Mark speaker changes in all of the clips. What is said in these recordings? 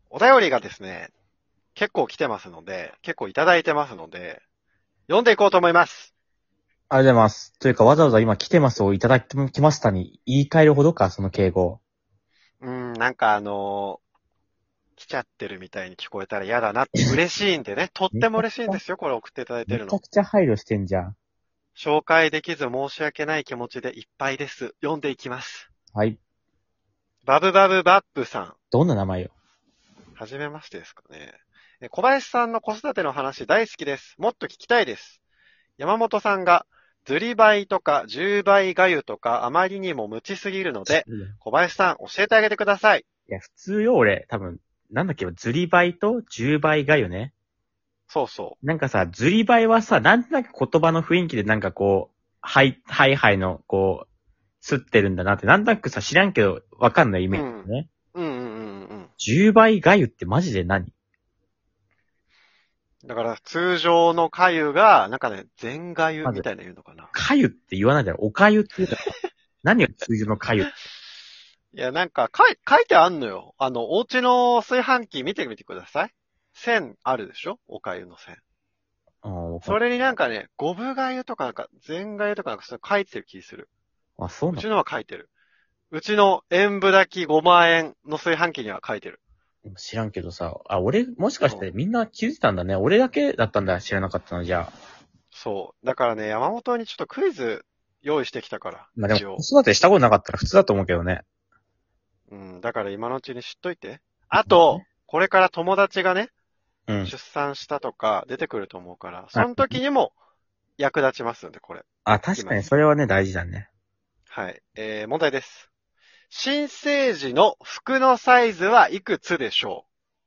Speaker 1: お便りがですね、結構来てますので、結構いただいてますので、読んでいこうと思います。
Speaker 2: ありがとうございます。というか、わざわざ今来てますをいただきましたに言い換えるほどか、その敬語。
Speaker 1: なんか来ちゃってるみたいに聞こえたら嫌だなって嬉しいんでね、とっても嬉しいんですよ、これ送っていただいてるの。
Speaker 2: めちゃくちゃ配慮してんじゃん。
Speaker 1: 紹介できず申し訳ない気持ちでいっぱいです。読んでいきます。
Speaker 2: はい。
Speaker 1: バブバブバップさん。
Speaker 2: どんな名前よ。
Speaker 1: はじめましてですかね。小林さんの子育ての話大好きです。もっと聞きたいです。山本さんが、ずりばいとか10倍がゆとかあまりにも無知すぎるので、小林さん教えてあげてください。
Speaker 2: いや、普通よ、俺。多分、なんだっけ、ずりばいと10倍がよね。
Speaker 1: そうそ
Speaker 2: なんかさ、ずりばいはさ、なんとなく言葉の雰囲気でなんかこう、はいの、こう、すってるんだなって、なんとなくさ、知らんけど、わかんないイ
Speaker 1: う。
Speaker 2: メージね。
Speaker 1: うんうんうん。
Speaker 2: 10倍がゆってマジで何？
Speaker 1: だから通常のかゆが、なんかね、全がゆ
Speaker 2: まず、
Speaker 1: みたいな言うのかな。
Speaker 2: かゆって言わないだろ。おかゆって言うだろ。何が通常のかゆ？
Speaker 1: いや、なんか書いてあんのよ。お家の炊飯器見てみてください。線あるでしょ、おかゆの線。
Speaker 2: ああ、わかっ
Speaker 1: それになんかね、五分がゆとかなんか、全がゆとかなんかそれ書いてる気する。
Speaker 2: た。あ、そうなの？
Speaker 1: うちのは書いてる。うちの塩分炊き5万円の炊飯器には書いてる。
Speaker 2: 知らんけどさ。あ、俺、もしかし
Speaker 1: そう。
Speaker 2: てみんな気づいてたんだね。俺だけだったんだ。知らなかったの、じゃあ。
Speaker 1: そう。だからね、山本にちょっとクイズ用意してきたから、
Speaker 2: まあでも、
Speaker 1: 一応。
Speaker 2: 子育てしたことなかったら普通だと思うけどね。
Speaker 1: うん、だから今のうちに知っといて。あと、これから友達がね、
Speaker 2: うん。
Speaker 1: 出産したとか出てくると思うから、
Speaker 2: あ、
Speaker 1: その時にも役立ちますんで、これ。い
Speaker 2: 確かに
Speaker 1: きます。
Speaker 2: それはね、大事だね。
Speaker 1: はい。問題です。新生児の服のサイズはいくつでしょ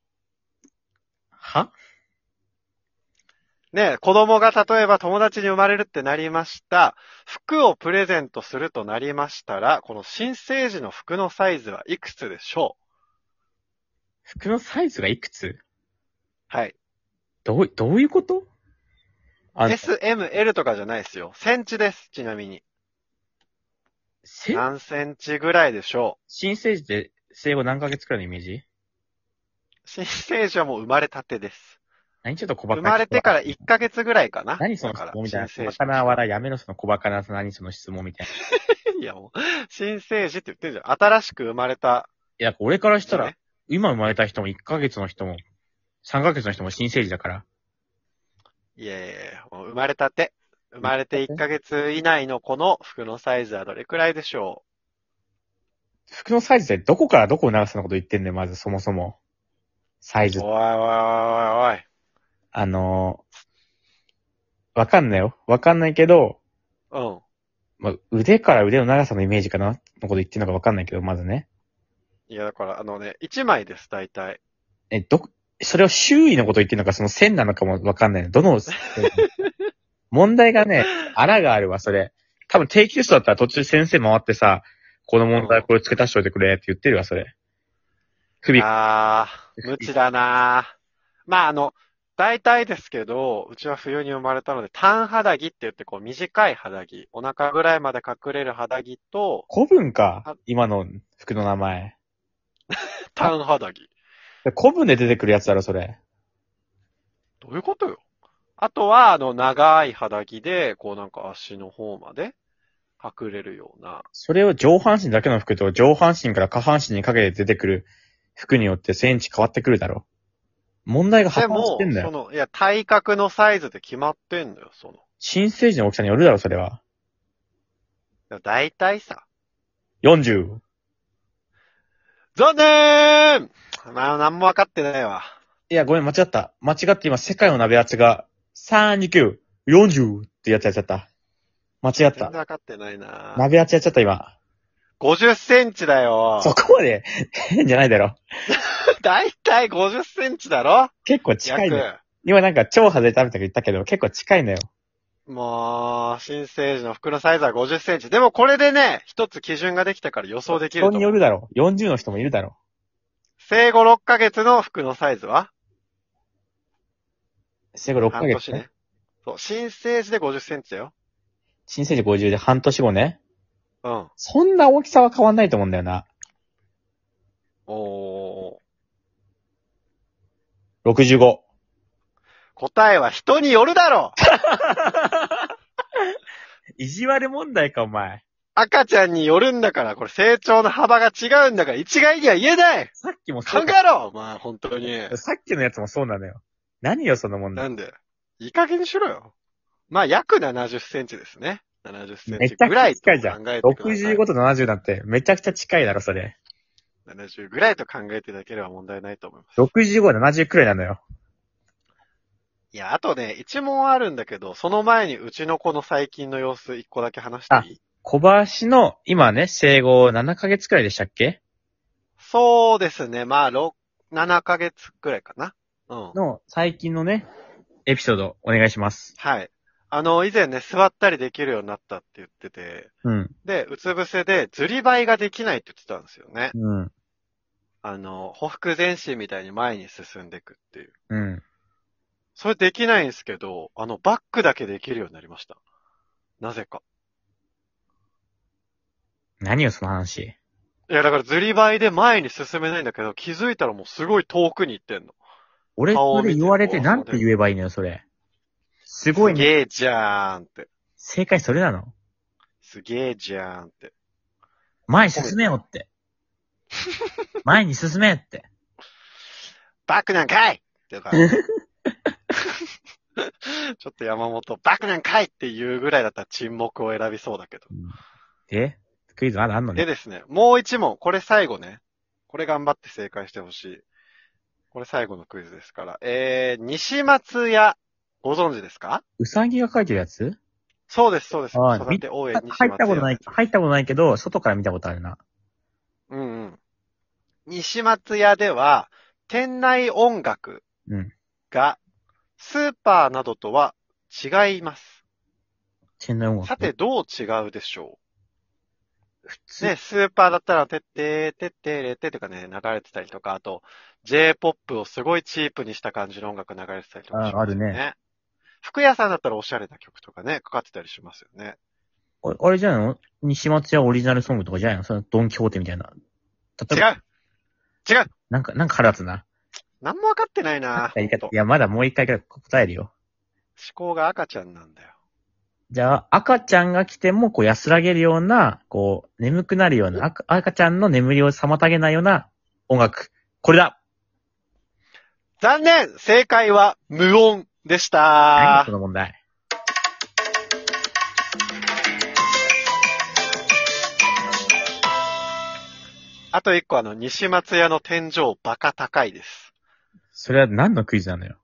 Speaker 2: は？
Speaker 1: う？ね、子供が例えば友達に生まれるってなりました。服をプレゼントするとなりましたら、この新生児の服のサイズはいくつでしょ
Speaker 2: 服のサイズがいくつ？
Speaker 1: う？はい。
Speaker 2: どういうこと？あの、
Speaker 1: S、M、L とかじゃないですよ。センチです。ちなみに。
Speaker 2: せ、
Speaker 1: 何センチぐらいでしょ
Speaker 2: 新生児って生後何ヶ月くらいのイメージ？
Speaker 1: う？新生児はもう生まれたてです。
Speaker 2: 何ちょっと小馬
Speaker 1: 生
Speaker 2: 鹿に
Speaker 1: まれてから1ヶ月ぐらいかな。
Speaker 2: 何その質
Speaker 1: だから、
Speaker 2: 問みたいな。小馬
Speaker 1: 新生児
Speaker 2: 鹿な笑い
Speaker 1: としては。
Speaker 2: やめろ、その小馬鹿な、何その質問みたいな。
Speaker 1: いやもう、新生児って言ってるじゃん。新しく生まれた
Speaker 2: いや、俺からしたら、
Speaker 1: 児ね。
Speaker 2: 今生まれた人も1ヶ月の人も、3ヶ月の人も新生児だから。
Speaker 1: いやいやいや、もう生まれたて。生まれて1ヶ月以内の子の服のサイズはどれくらいでしょ
Speaker 2: 服のサイズってどこからどこの長さのこと言ってんねん、まずそもそも。サイ
Speaker 1: う？
Speaker 2: ズ。
Speaker 1: おいおいおいおいおい。
Speaker 2: あのわかんないよ。わかんないけど、
Speaker 1: うん。
Speaker 2: まあ、腕から腕の長さのイメージかなのこと言ってんのかわかんないけど、まずね。
Speaker 1: いやだから1枚です、大体。
Speaker 2: え、それを周囲のこと言ってんのか、その線なのかもわかんないの。どの、問題がね、あらがあるわ、それ。多分定期テストだったら途中先生回ってさ、この問題これ付け足しておいてくれって言ってるわ、それ。不備。
Speaker 1: 無知だなぁ。まあ大体ですけど、うちは冬に生まれたので、短肌着って言ってこう短い肌着、お腹ぐらいまで隠れる肌着と、
Speaker 2: 古文か
Speaker 1: あ
Speaker 2: 今の服の名前。
Speaker 1: 短肌着。
Speaker 2: 古文で出てくるやつだろ、それ。
Speaker 1: どういうことよ。あとは、長い肌着で、こうなんか足の方まで隠れるような。
Speaker 2: それを上半身だけの服と上半身から下半身にかけて出てくる服によってセンチ変わってくるだろ。問題が破綻して
Speaker 1: でも、
Speaker 2: んだよ。
Speaker 1: いや、体格のサイズで決まってんのよ、
Speaker 2: 新生児の大きさによるだろ、それは。
Speaker 1: 大体さ。
Speaker 2: 40。
Speaker 1: 残念まあ、なんもわかってないわ。
Speaker 2: いや、ごめん、間違った。間違って今、世界の鍋圧が、329、40ってやつやっちゃった。間違っ
Speaker 1: 全然
Speaker 2: た。
Speaker 1: わかってないな。
Speaker 2: 鍋圧やっちゃった、今。
Speaker 1: 50センチだよ。
Speaker 2: そこまで変じゃないだろ。
Speaker 1: だいたい50センチだろ？
Speaker 2: 結構近いね。
Speaker 1: 約。
Speaker 2: 今なんか超外れたみたいな言ったけど、結構近いのよ。
Speaker 1: もう、新生児の服のサイズは50センチ。でもこれでね、一つ基準ができたから予想できる
Speaker 2: 人
Speaker 1: と思う。
Speaker 2: によるだろ。40の人もいるだろ。
Speaker 1: 生後6ヶ月の服のサイズは
Speaker 2: 生後6ヶ月ね。
Speaker 1: 半年ね。そう、新生児で50センチだよ。
Speaker 2: 新生児50で半年後ね。
Speaker 1: うん。
Speaker 2: そんな大きさは変わんないと思うんだよな。
Speaker 1: おー。
Speaker 2: 65。
Speaker 1: 答えは人によるだろう。
Speaker 2: 意地悪問題か、お前。
Speaker 1: 赤ちゃんによるんだから、これ成長の幅が違うんだから、一概には言えない。
Speaker 2: さっきも
Speaker 1: 考
Speaker 2: そう
Speaker 1: えろお前、本当に。
Speaker 2: さっきのやつもそうなのよ。何よ、その問題。
Speaker 1: なんでいい加減にしろよ。まあ、約70センチですね。70セン
Speaker 2: めちゃくちゃ
Speaker 1: チぐらいと
Speaker 2: 近いじゃん。
Speaker 1: 考えてください。
Speaker 2: 65と70なんてめちゃくちゃ近いだろ、それ。
Speaker 1: 70ぐらいと考えていただければ問題ないと思います。
Speaker 2: 65、70くらいなのよ。
Speaker 1: いや、あとね、一問あるんだけど、その前にうちの子の最近の様子一個だけ話していい？
Speaker 2: 小林の、今ね、生後7ヶ月くらいでしたっけ？
Speaker 1: そうですね。まあ、7ヶ月くらいかな。うん。
Speaker 2: の、最近のね、エピソード、お願いします。
Speaker 1: はい。以前ね、座ったりできるようになったって言ってて、
Speaker 2: うん。
Speaker 1: で、うつ伏せで、ずりばいができないって言ってたんですよね。
Speaker 2: うん。
Speaker 1: ほふく前進みたいに前に進んでいくっていう。
Speaker 2: うん。
Speaker 1: それできないんですけど、バックだけできるようになりました。なぜか。
Speaker 2: 何よ、その話。
Speaker 1: いや、だからずりばいで前に進めないんだけど、気づいたらもうすごい遠くに行ってんの。
Speaker 2: 俺、
Speaker 1: 顔を見て
Speaker 2: それ言われて
Speaker 1: こう
Speaker 2: なんて言えばいいのよ、それ。すごいね。
Speaker 1: すげえじゃーんって。
Speaker 2: 正解それなの？
Speaker 1: すげえじゃーんって。
Speaker 2: 前に進めよって。前に進めって。
Speaker 1: バックなんかいっていうか、ね、ちょっと山本、バックなんかいっていうぐらいだったら沈黙を選びそうだけど。
Speaker 2: クイズまだあんのね。
Speaker 1: でですね、もう一問、これ最後ね。これ頑張って正解してほしい。これ最後のクイズですから。西松屋、ご存知ですか？
Speaker 2: うさぎが書いてるやつ？
Speaker 1: そうです、そうです。
Speaker 2: ああ、
Speaker 1: 育て応援西松
Speaker 2: 入
Speaker 1: 屋
Speaker 2: ったことない、入ったことないけど、外から見たことあるな。
Speaker 1: うんうん。西松屋では、店内音楽
Speaker 2: うん。
Speaker 1: が、スーパーなどとは違います。
Speaker 2: 店内音楽。
Speaker 1: さて、どう違うでしょ
Speaker 2: 普
Speaker 1: う？
Speaker 2: 通。
Speaker 1: ね、スーパーだったら、てってーてってれってとかね、流れてたりとか、あと、J-POP をすごいチープにした感じの音楽流れてたりとかしますよね。
Speaker 2: ある
Speaker 1: 服屋さんだったらおしゃれな曲とかね、かかってたりしますよね。
Speaker 2: あれじゃないの？西松屋オリジナルソングとかじゃないの？そのドンキホーテみたいな。
Speaker 1: 違う違う
Speaker 2: なんか腹立つな。
Speaker 1: 何もわかってないな
Speaker 2: 言い方いや、まだもう一回くらい答えるよ。
Speaker 1: 思考が赤ちゃんなんだよ。
Speaker 2: じゃあ、赤ちゃんが来ても、こう安らげるような、こう、眠くなるような、赤ちゃんの眠りを妨げないような音楽。これだ！
Speaker 1: 残念正解は無音でし
Speaker 2: 何
Speaker 1: た
Speaker 2: この問題。
Speaker 1: あと一個西松屋の天井バカ高いです。
Speaker 2: それは何のクイズなのよ。